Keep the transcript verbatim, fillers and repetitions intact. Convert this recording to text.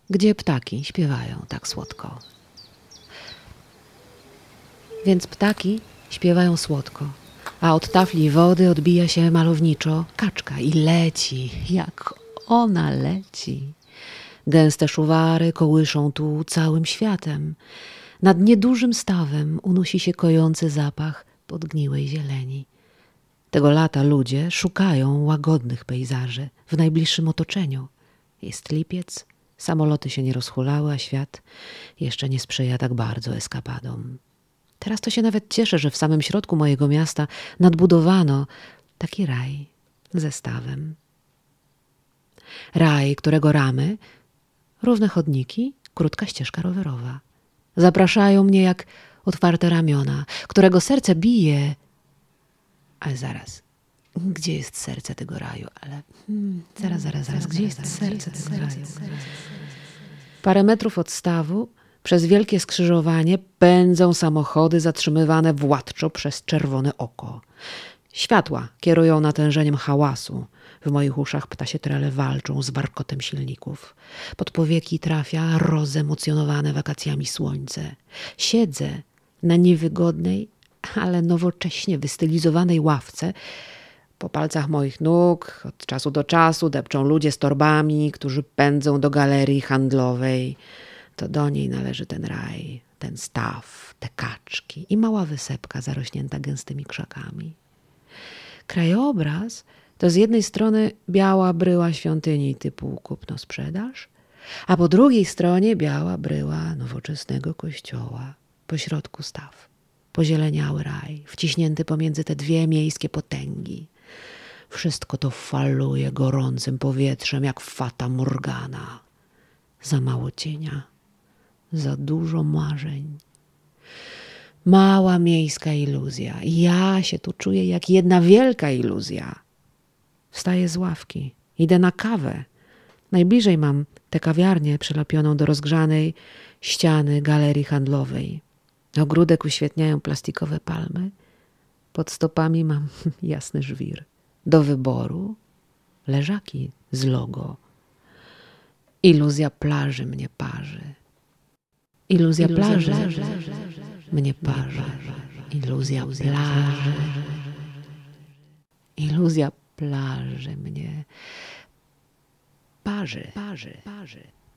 gdzie ptaki śpiewają tak słodko. Więc ptaki śpiewają słodko, a od tafli wody odbija się malowniczo kaczka i leci, jak ona leci. Gęste szuwary kołyszą tu całym światem. Nad niedużym stawem unosi się kojący zapach podgniłej zieleni. Tego lata ludzie szukają łagodnych pejzaży w najbliższym otoczeniu. Jest lipiec, samoloty się nie rozhulały, a świat jeszcze nie sprzyja tak bardzo eskapadom. Teraz to się nawet cieszę, że w samym środku mojego miasta nadbudowano taki raj ze stawem. Raj, którego ramy, równe chodniki, krótka ścieżka rowerowa. Zapraszają mnie jak otwarte ramiona, którego serce bije. Ale zaraz, gdzie jest serce tego raju? Ale hmm, zaraz, zaraz, zaraz, gdzie jest serce tego raju? Parę metrów od stawu przez wielkie skrzyżowanie pędzą samochody zatrzymywane władczo przez czerwone oko. Światła kierują natężeniem hałasu. W moich uszach ptasie trele walczą z warkotem silników. Pod powieki trafia rozemocjonowane wakacjami słońce. Siedzę na niewygodnej, ale nowocześnie wystylizowanej ławce. Po palcach moich nóg od czasu do czasu depczą ludzie z torbami, którzy pędzą do galerii handlowej. To do niej należy ten raj, ten staw, te kaczki i mała wysepka zarośnięta gęstymi krzakami. Krajobraz to z jednej strony biała bryła świątyni typu kupno-sprzedaż, a po drugiej stronie biała bryła nowoczesnego kościoła. Po środku staw, pozieleniały raj, wciśnięty pomiędzy te dwie miejskie potęgi. Wszystko to faluje gorącym powietrzem jak fata morgana. Za mało cienia, za dużo marzeń. Mała miejska iluzja. Ja się tu czuję jak jedna wielka iluzja. Wstaję z ławki, idę na kawę. Najbliżej mam tę kawiarnię przylepioną do rozgrzanej ściany galerii handlowej. Ogródek uświetniają plastikowe palmy. Pod stopami mam jasny żwir. Do wyboru leżaki z logo. Iluzja plaży mnie parzy. Iluzja, Iluzja plaży, plaży mnie parzy. Iluzja plaży. Iluzja plaży mnie parzy. parzy. parzy.